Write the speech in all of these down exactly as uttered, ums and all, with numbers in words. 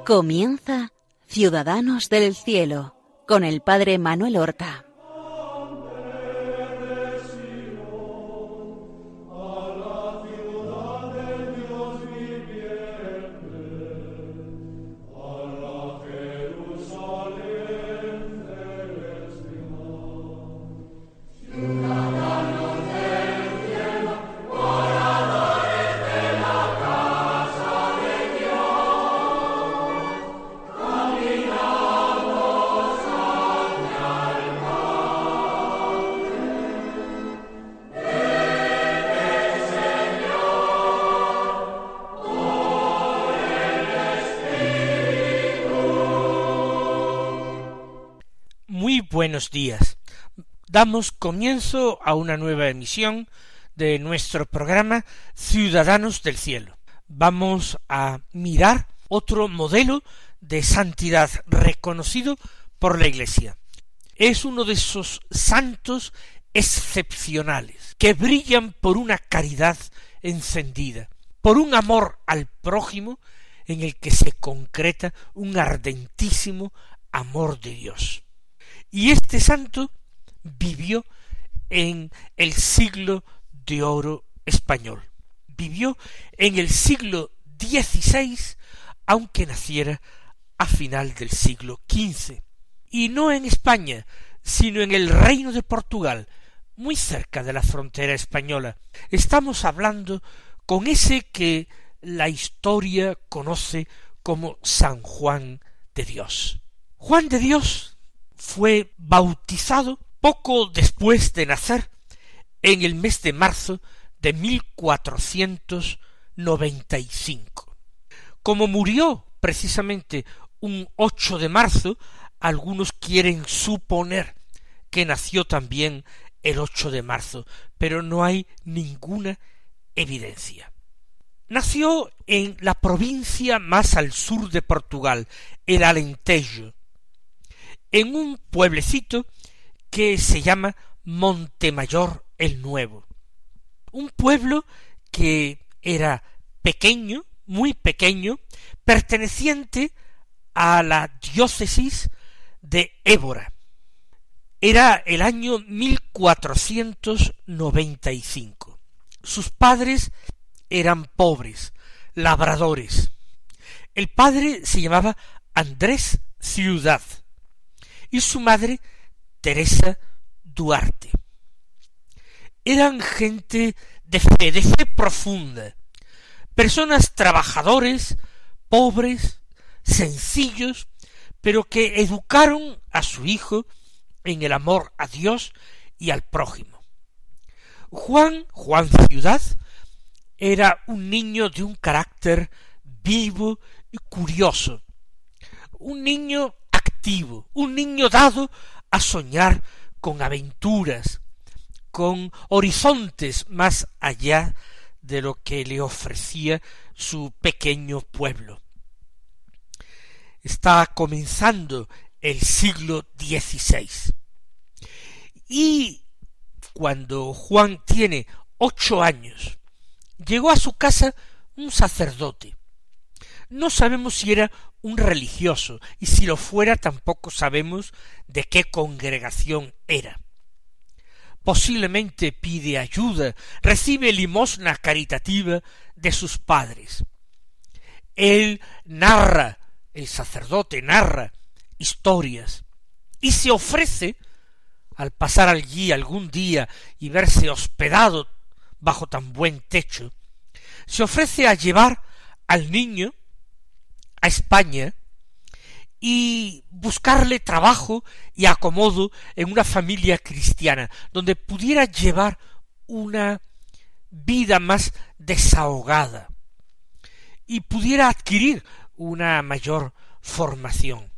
Comienza Ciudadanos del Cielo con el Padre Manuel Horta. Buenos días. Damos comienzo a una nueva emisión de nuestro programa Ciudadanos del Cielo. Vamos a mirar otro modelo de santidad reconocido por la Iglesia. Es uno de esos santos excepcionales que brillan por una caridad encendida, por un amor al prójimo en el que se concreta un ardentísimo amor de Dios. Y este santo vivió en el siglo de oro español. Vivió en el siglo dieciséis, aunque naciera a final del siglo quince. Y no en España, sino en el Reino de Portugal, muy cerca de la frontera española. Estamos hablando con ese que la historia conoce como San Juan de Dios. Juan de Dios fue bautizado poco después de nacer, en el mes de marzo de mil cuatrocientos noventa y cinco. Como murió precisamente un ocho de marzo, algunos quieren suponer que nació también el ocho de marzo, pero no hay ninguna evidencia. Nació en la provincia más al sur de Portugal, el Alentejo, en un pueblecito que se llama Montemayor el Nuevo. Un pueblo que era pequeño, muy pequeño, perteneciente a la diócesis de Évora. Era el año mil cuatrocientos noventa y cinco. Sus padres eran pobres, labradores. El padre se llamaba Andrés Ciudad y su madre Teresa Duarte. Eran gente de fe, de fe profunda, personas trabajadores, pobres, sencillos, pero que educaron a su hijo en el amor a Dios y al prójimo. Juan, Juan Ciudad, era un niño de un carácter vivo y curioso, un niño activo, un niño dado a soñar con aventuras, con horizontes más allá de lo que le ofrecía su pequeño pueblo. Está comenzando el siglo dieciséis. Y cuando Juan tiene ocho años, llegó a su casa un sacerdote. No sabemos si era un religioso, y si lo fuera tampoco sabemos de qué congregación era. Posiblemente pide ayuda, recibe limosna caritativa de sus padres. Él narra, el sacerdote narra historias, y se ofrece, al pasar allí algún día y verse hospedado bajo tan buen techo, se ofrece a llevar al niño a España y buscarle trabajo y acomodo en una familia cristiana, donde pudiera llevar una vida más desahogada y pudiera adquirir una mayor formación.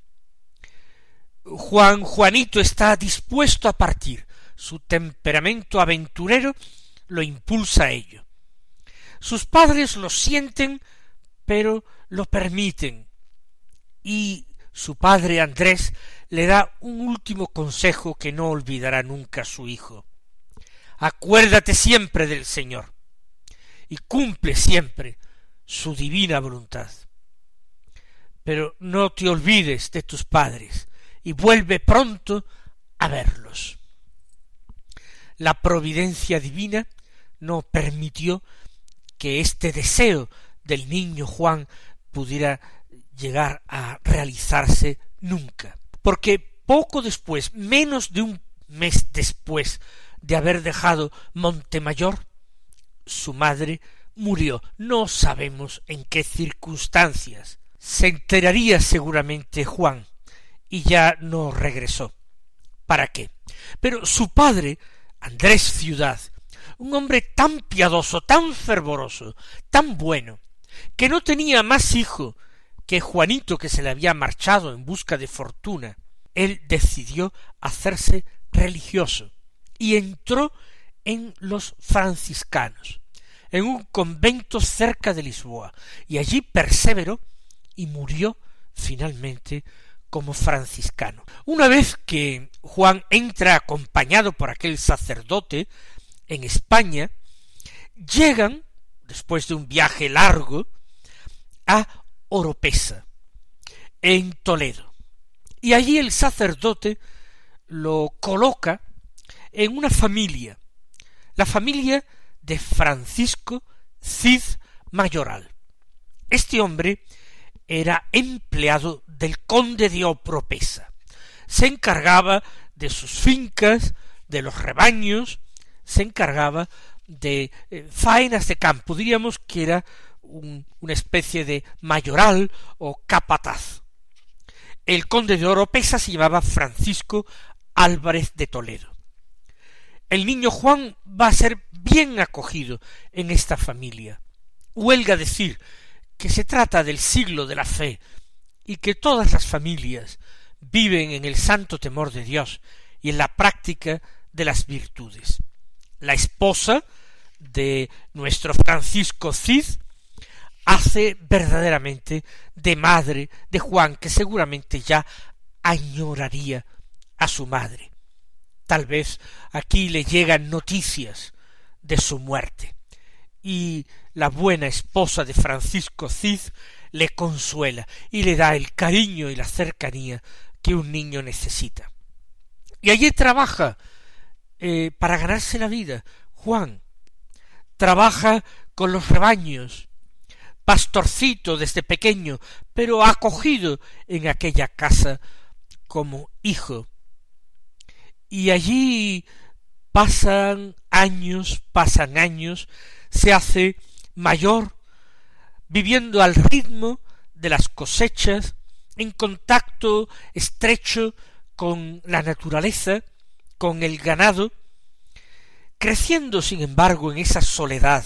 Juan Juanito está dispuesto a partir. Su temperamento aventurero lo impulsa a ello. Sus padres lo sienten, pero lo permiten, y su padre Andrés le da un último consejo que no olvidará nunca su hijo. Acuérdate siempre del Señor, y cumple siempre su divina voluntad. pero no te olvides de tus padres y vuelve pronto a verlos. La providencia divina no permitió que este deseo del niño Juan pudiera llegar a realizarse nunca, porque poco después, menos de un mes después de haber dejado Montemayor, su madre murió. No sabemos en qué circunstancias. Se enteraría seguramente Juan, y ya no regresó. ¿Para qué? Pero su padre, Andrés Ciudad, un hombre tan piadoso, tan fervoroso, tan bueno, que no tenía más hijo que Juanito, que se le había marchado en busca de fortuna, él decidió hacerse religioso y entró en los franciscanos, en un convento cerca de Lisboa, y allí perseveró y murió finalmente como franciscano. Una vez que Juan entra acompañado por aquel sacerdote en España, llegan, después de un viaje largo, a Oropesa, en Toledo, y allí el sacerdote lo coloca en una familia, la familia de Francisco Cid Mayoral. Este hombre era empleado del conde de Oropesa, se encargaba de sus fincas, de los rebaños, se encargaba de eh, faenas de campo, diríamos que era un, una especie de mayoral o capataz. El conde de Oropesa se llamaba Francisco Álvarez de Toledo. El niño Juan va a ser bien acogido en esta familia. Huelga decir que se trata del siglo de la fe y que todas las familias viven en el santo temor de Dios y en la práctica de las virtudes. La esposa de nuestro Francisco Cid hace verdaderamente de madre de Juan, que seguramente ya añoraría a su madre. Tal vez aquí le llegan noticias de su muerte, y la buena esposa de Francisco Cid le consuela y le da el cariño y la cercanía que un niño necesita. Y allí trabaja eh, para ganarse la vida. Juan trabaja con los rebaños, pastorcito desde pequeño, pero acogido en aquella casa como hijo. Y allí pasan años, pasan años, se hace mayor, viviendo al ritmo de las cosechas, en contacto estrecho con la naturaleza, con el ganado, creciendo sin embargo en esa soledad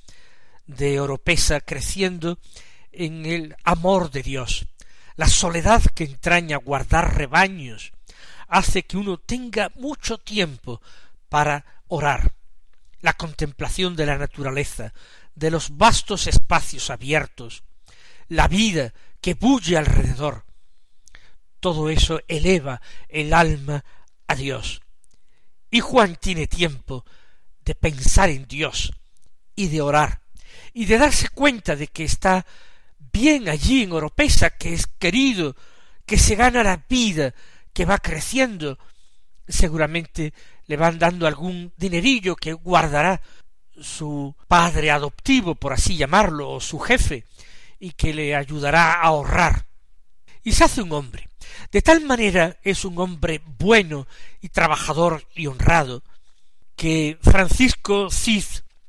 de Oropesa, creciendo en el amor de Dios. La soledad que entraña guardar rebaños hace que uno tenga mucho tiempo para orar. La contemplación de la naturaleza, de los vastos espacios abiertos, la vida que bulle alrededor, todo eso eleva el alma a Dios. Y Juan tiene tiempo de pensar en Dios y de orar, y de darse cuenta de que está bien allí en Oropesa, que es querido, que se gana la vida, que va creciendo. Seguramente le van dando algún dinerillo que guardará su padre adoptivo, por así llamarlo, o su jefe, y que le ayudará a ahorrar. Y se hace un hombre. De tal manera es un hombre bueno y trabajador y honrado, que Francisco Cid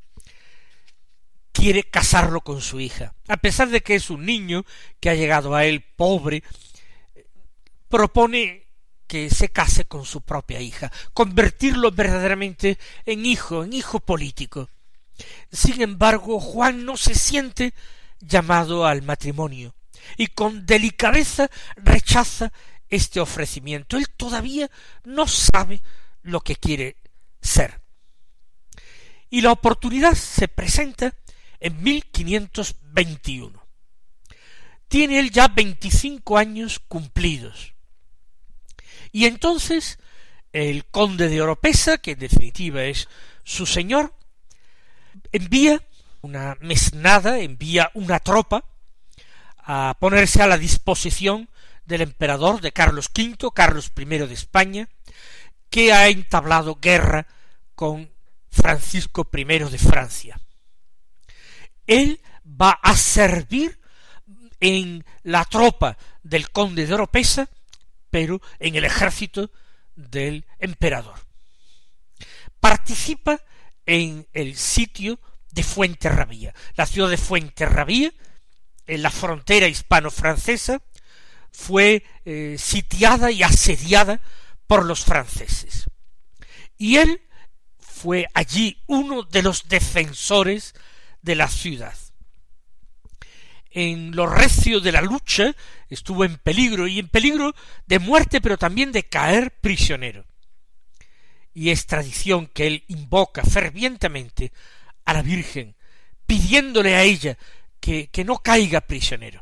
quiere casarlo con su hija. A pesar de que es un niño que ha llegado a él pobre, propone que se case con su propia hija, convertirlo verdaderamente en hijo, en hijo político. Sin embargo, Juan no se siente llamado al matrimonio, y con delicadeza rechaza este ofrecimiento. Él todavía no sabe lo que quiere ser. Y la oportunidad se presenta en mil quinientos veintiuno. Tiene él ya veinticinco años cumplidos. Y entonces el conde de Oropesa, que en definitiva es su señor, envía una mesnada, envía una tropa a ponerse a la disposición del emperador, de Carlos quinto, Carlos primero de España, que ha entablado guerra con Francisco primero de Francia. Él va a servir en la tropa del conde de Oropesa, pero en el ejército del emperador. Participa en el sitio de Fuenterrabía. La ciudad de Fuenterrabía, en la frontera hispano-francesa, fue eh, sitiada y asediada por los franceses. Y él fue allí uno de los defensores de la ciudad. En lo recio de la lucha estuvo en peligro, y en peligro de muerte, pero también de caer prisionero. Y es tradición que él invoca fervientemente a la Virgen, pidiéndole a ella que, que no caiga prisionero.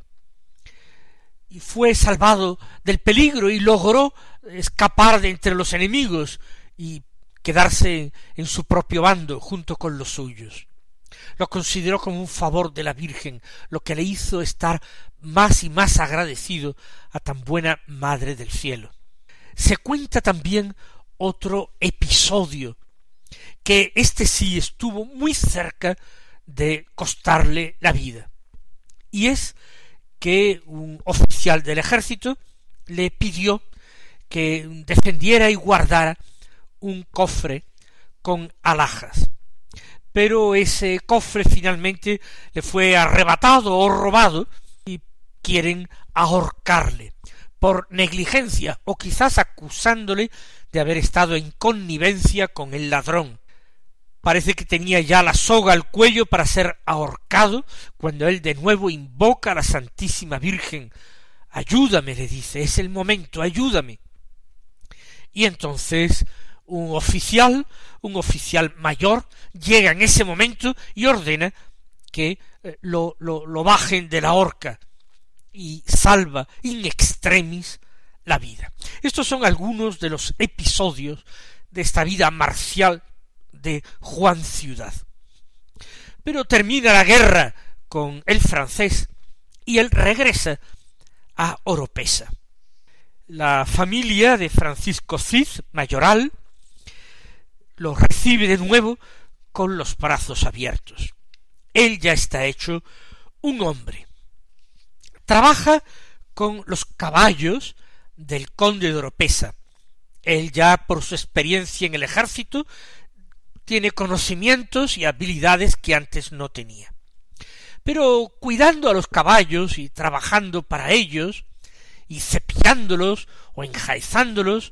Y fue salvado del peligro y logró escapar de entre los enemigos y quedarse en, en su propio bando junto con los suyos. Lo consideró como un favor de la Virgen, lo que le hizo estar más y más agradecido a tan buena Madre del Cielo. Se cuenta también otro episodio, que este sí estuvo muy cerca de costarle la vida, y es que un oficial del ejército le pidió que defendiera y guardara un cofre con alhajas, pero ese cofre finalmente le fue arrebatado o robado, y quieren ahorcarle por negligencia, o quizás acusándole de haber estado en connivencia con el ladrón. Parece que tenía ya la soga al cuello para ser ahorcado, cuando él de nuevo invoca a la Santísima Virgen. Ayúdame, le dice, es el momento, ayúdame. Y entonces un oficial, un oficial mayor, llega en ese momento y ordena que lo, lo, lo bajen de la horca, y salva in extremis la vida. Estos son algunos de los episodios de esta vida marcial de Juan Ciudad. Pero termina la guerra con el francés y él regresa a Oropesa. La familia de Francisco Cid, mayoral, lo recibe de nuevo con los brazos abiertos. Él ya está hecho un hombre. Trabaja con los caballos del conde de Oropesa. Él ya, por su experiencia en el ejército, tiene conocimientos y habilidades que antes no tenía. Pero cuidando a los caballos y trabajando para ellos, y cepillándolos o enjaezándolos,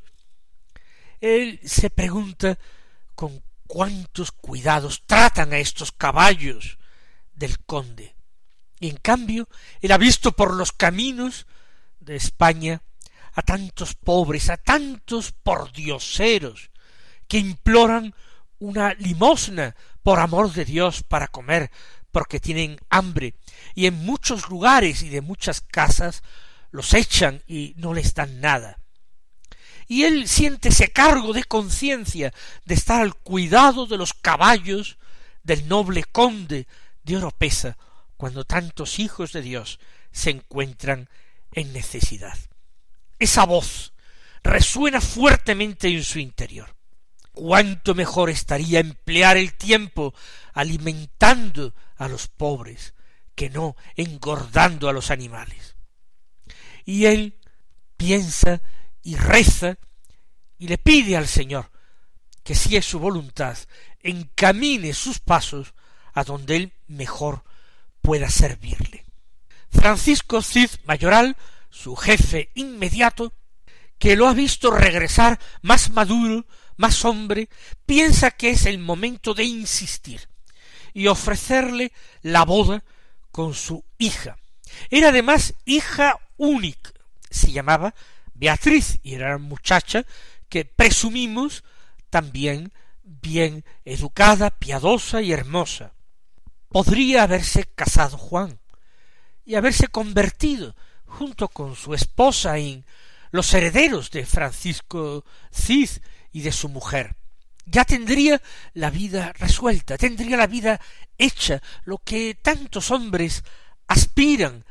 él se pregunta con cuántos cuidados tratan a estos caballos del conde. Y en cambio, él ha visto por los caminos de España a tantos pobres, a tantos pordioseros, que imploran una limosna por amor de Dios para comer, porque tienen hambre, y en muchos lugares y de muchas casas los echan y no les dan nada. Y él siente ese cargo de conciencia de estar al cuidado de los caballos del noble conde de Oropesa, cuando tantos hijos de Dios se encuentran en necesidad. Esa voz resuena fuertemente en su interior. Cuánto mejor estaría emplear el tiempo alimentando a los pobres que no engordando a los animales. Y él piensa y reza y le pide al Señor que, si es su voluntad, encamine sus pasos a donde él mejor pueda servirle. Francisco Cid Mayoral, su jefe inmediato, que lo ha visto regresar más maduro, más hombre, piensa que es el momento de insistir y ofrecerle la boda con su hija. Era además hija única, se llamaba Beatriz, y era una muchacha que presumimos también bien educada, piadosa y hermosa. Podría haberse casado Juan y haberse convertido junto con su esposa en los herederos de Francisco Cid y de su mujer. Ya tendría la vida resuelta, tendría la vida hecha, lo que tantos hombres aspiran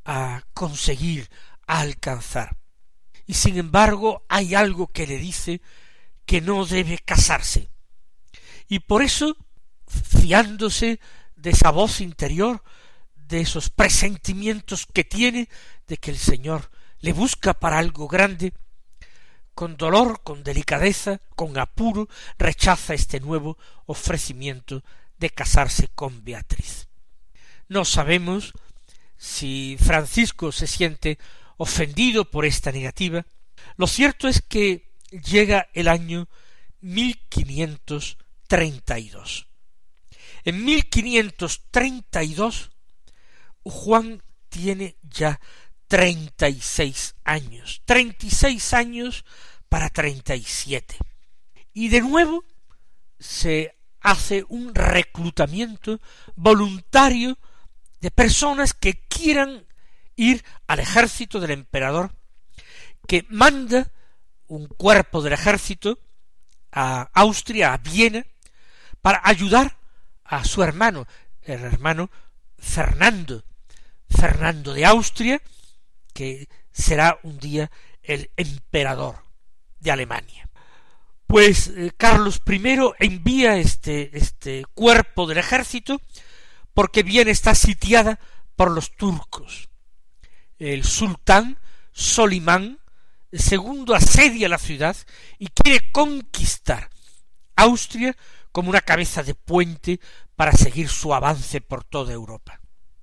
a conseguir, a alcanzar. Y sin embargo hay algo que le dice que no debe casarse. Y por eso, fiándose de esa voz interior, de esos presentimientos que tiene de que el Señor le busca para algo grande, con dolor, con delicadeza, con apuro, rechaza este nuevo ofrecimiento de casarse con Beatriz. No sabemos si Francisco se siente ofendido por esta negativa. Lo cierto es que llega el año mil quinientos treinta y dos. En mil quinientos treinta y dos, Juan tiene ya treinta y seis años, treinta y seis años para treinta y siete. Y de nuevo se hace un reclutamiento voluntario de personas que quieran ir al ejército del emperador, que manda un cuerpo del ejército a Austria, a Viena, para ayudar a su hermano, el hermano Fernando, Fernando de Austria, que será un día el emperador de Alemania. Pues eh, Carlos primero envía este, este cuerpo del ejército porque Viena está sitiada por los turcos. El sultán Solimán segundo asedia la ciudad y quiere conquistar Austria como una cabeza de puente para seguir su avance por toda Europa.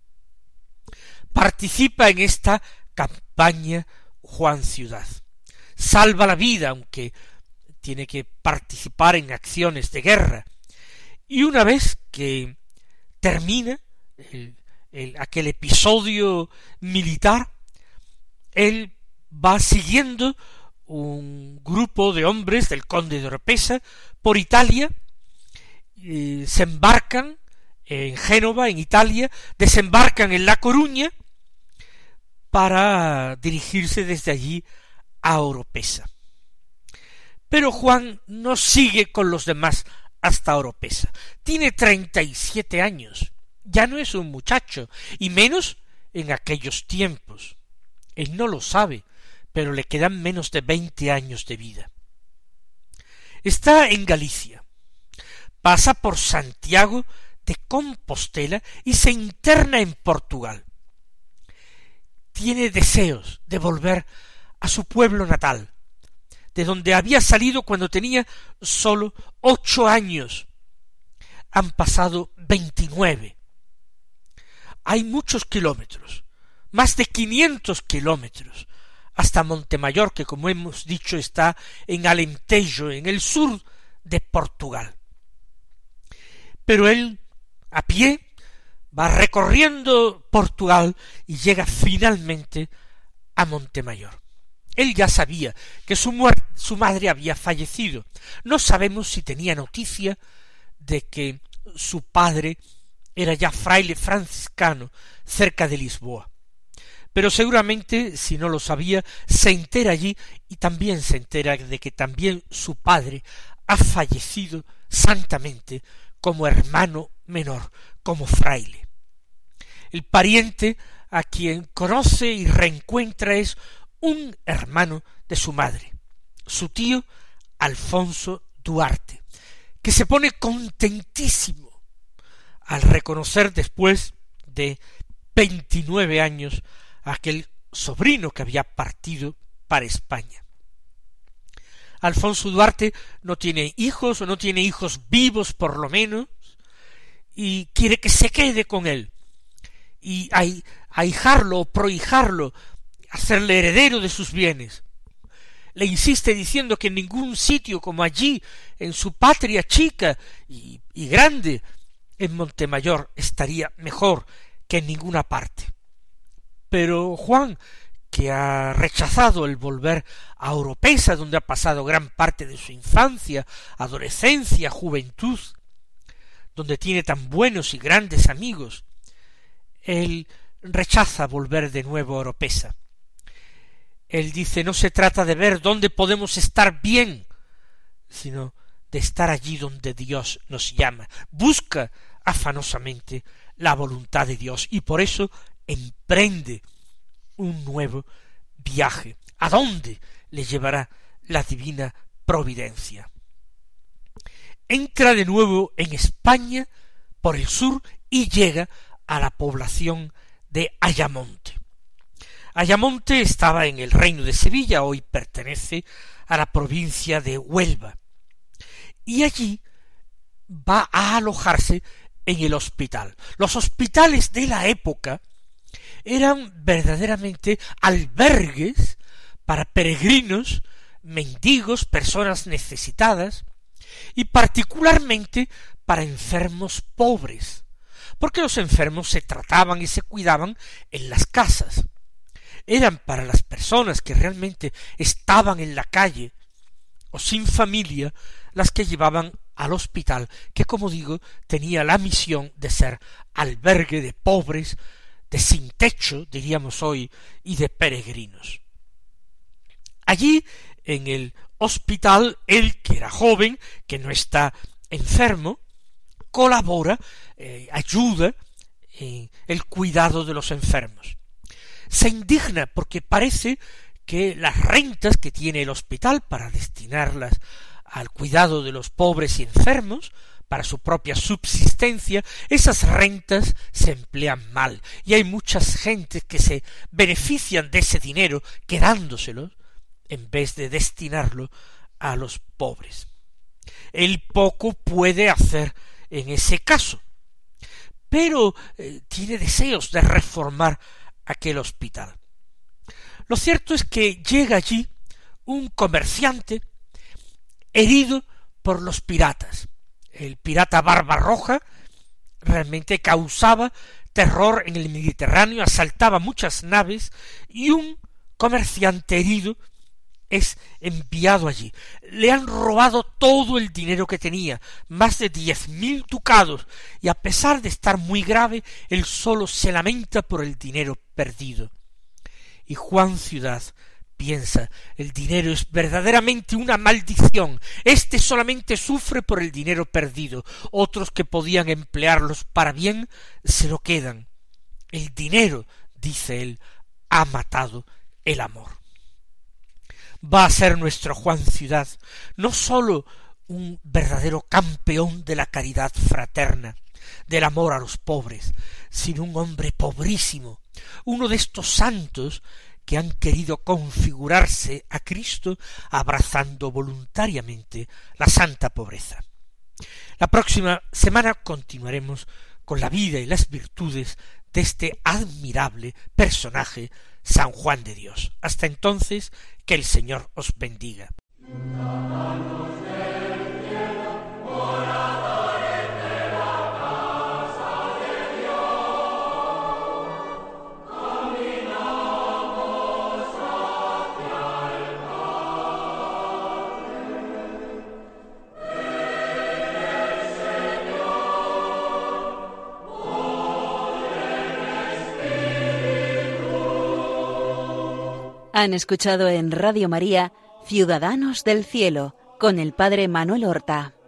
Participa en esta campaña Juan Ciudad. Salva la vida, aunque tiene que participar en acciones de guerra. Y una vez que termina el, el, aquel episodio militar, él va siguiendo un grupo de hombres del conde de Oropesa por Italia, eh, se embarcan en Génova, en Italia, desembarcan en La Coruña para dirigirse desde allí a Oropesa. Pero Juan no sigue con los demás hasta Oropesa. Tiene treinta y siete años, ya no es un muchacho, y menos en aquellos tiempos. Él no lo sabe, pero le quedan menos de veinte años de vida. Está en Galicia, pasa por Santiago de Compostela y se interna en Portugal. Tiene deseos de volver a su pueblo natal, de donde había salido cuando tenía sólo ocho años. Han pasado veintinueve. Hay muchos kilómetros, más de quinientos kilómetros, hasta Montemayor, que como hemos dicho está en Alentejo, en el sur de Portugal. Pero él, a pie, va recorriendo Portugal y llega finalmente a Montemayor. Él ya sabía que su, muerte, su madre había fallecido. No sabemos si tenía noticia de que su padre era ya fraile franciscano cerca de Lisboa. Pero seguramente, si no lo sabía, se entera allí y también se entera de que también su padre ha fallecido santamente como hermano menor, como fraile. El pariente a quien conoce y reencuentra es un hermano de su madre, su tío Alfonso Duarte, que se pone contentísimo al reconocer después de veintinueve años a aquel sobrino que había partido para España. Alfonso Duarte no tiene hijos, o no tiene hijos vivos por lo menos, y quiere que se quede con él, y ahijarlo o prohijarlo, hacerle heredero de sus bienes. Le insiste diciendo que en ningún sitio como allí, en su patria chica y, y grande, en Montemayor, estaría mejor que en ninguna parte. Pero Juan, que ha rechazado el volver a Oropesa, donde ha pasado gran parte de su infancia, adolescencia, juventud, donde tiene tan buenos y grandes amigos, él rechaza volver de nuevo a Oropesa. Él dice, no se trata de ver dónde podemos estar bien, sino de estar allí donde Dios nos llama. Busca afanosamente la voluntad de Dios y por eso emprende un nuevo viaje. ¿A dónde le llevará la divina providencia? Entra de nuevo en España por el sur y llega a la población de Ayamonte. Ayamonte estaba en el reino de Sevilla, hoy pertenece a la provincia de Huelva, y allí va a alojarse en el hospital. Los hospitales de la época eran verdaderamente albergues para peregrinos, mendigos, personas necesitadas, y particularmente para enfermos pobres, porque los enfermos se trataban y se cuidaban en las casas. Eran para las personas que realmente estaban en la calle o sin familia las que llevaban al hospital, que, como digo, tenía la misión de ser albergue de pobres, de sin techo, diríamos hoy, y de peregrinos. Allí, en el hospital, él, que era joven, que no está enfermo, colabora, eh, ayuda en el cuidado de los enfermos. Se indigna porque parece que las rentas que tiene el hospital para destinarlas al cuidado de los pobres y enfermos, para su propia subsistencia, esas rentas se emplean mal, y hay muchas gentes que se benefician de ese dinero quedándoselo en vez de destinarlo a los pobres. Él poco puede hacer en ese caso, pero eh, tiene deseos de reformar aquel hospital. Lo cierto es que llega allí un comerciante herido por los piratas. El pirata Barbarroja realmente causaba terror en el Mediterráneo, asaltaba muchas naves, y un comerciante herido es enviado allí. Le han robado todo el dinero que tenía, más de diez mil ducados, y a pesar de estar muy grave, él solo se lamenta por el dinero perdido. Y Juan Ciudad piensa, el dinero es verdaderamente una maldición. Este solamente sufre por el dinero perdido. Otros que podían emplearlos para bien se lo quedan. El dinero, dice él, ha matado el amor. Va a ser nuestro Juan Ciudad no sólo un verdadero campeón de la caridad fraterna, del amor a los pobres, sino un hombre pobrísimo, uno de estos santos que han querido configurarse a Cristo abrazando voluntariamente la santa pobreza. La próxima semana continuaremos con la vida y las virtudes de este admirable personaje, San Juan de Dios. Hasta entonces, que el Señor os bendiga. Han escuchado en Radio María Ciudadanos del Cielo con el Padre Manuel Horta.